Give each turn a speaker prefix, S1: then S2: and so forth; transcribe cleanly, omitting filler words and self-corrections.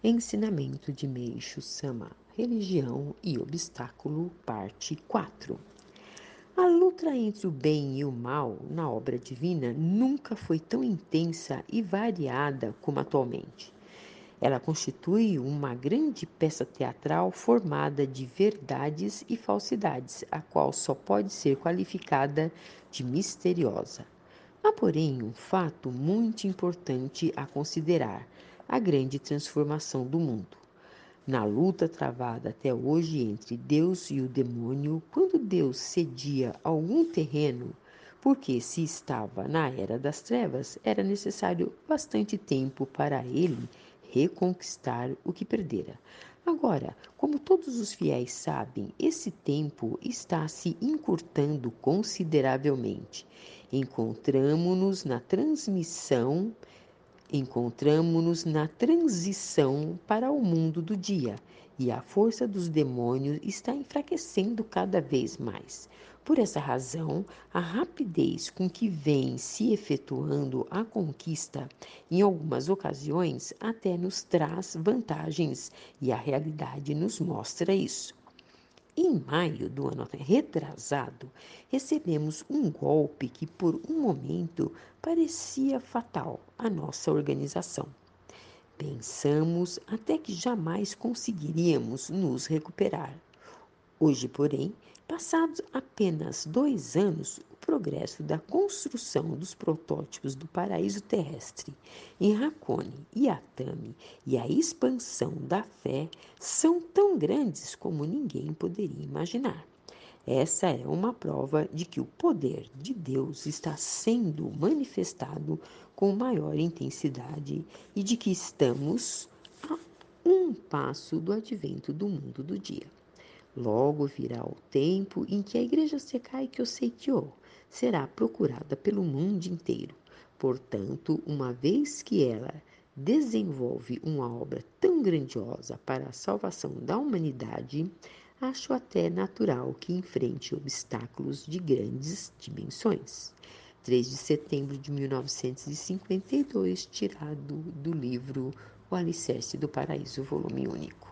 S1: Ensinamento de Meishu Sama, Religião e Obstáculo, parte 4. A luta entre o bem e o mal na obra divina nunca foi tão intensa e variada como atualmente. Ela constitui uma grande peça teatral formada de verdades e falsidades, a qual só pode ser qualificada de misteriosa. Há, porém, um fato muito importante a considerar: a grande transformação do mundo. Na luta travada até hoje entre Deus e o demônio, quando Deus cedia algum terreno, porque se estava na era das trevas, era necessário bastante tempo para ele reconquistar o que perdera. Agora, como todos os fiéis sabem, esse tempo está se encurtando consideravelmente. Encontramo-nos na transmissão Encontramo-nos na transição para o mundo do dia, e a força dos demônios está enfraquecendo cada vez mais. Por essa razão, a rapidez com que vem se efetuando a conquista, em algumas ocasiões, até nos traz vantagens, e a realidade nos mostra isso. Em maio do ano retrasado, recebemos um golpe que, por um momento, parecia fatal à nossa organização. Pensamos até que jamais conseguiríamos nos recuperar. Hoje, porém, passados apenas 2 anos, o progresso da construção dos protótipos do paraíso terrestre em Hakone e Atami e a expansão da fé são tão grandes como ninguém poderia imaginar. Essa é uma prova de que o poder de Deus está sendo manifestado com maior intensidade e de que estamos a um passo do advento do mundo do dia. Logo virá o tempo em que a Igreja Sekai Kyoseikyo será procurada pelo mundo inteiro. Portanto, uma vez que ela desenvolve uma obra tão grandiosa para a salvação da humanidade, acho até natural que enfrente obstáculos de grandes dimensões. 3 de setembro de 1952, tirado do livro O Alicerce do Paraíso, volume único.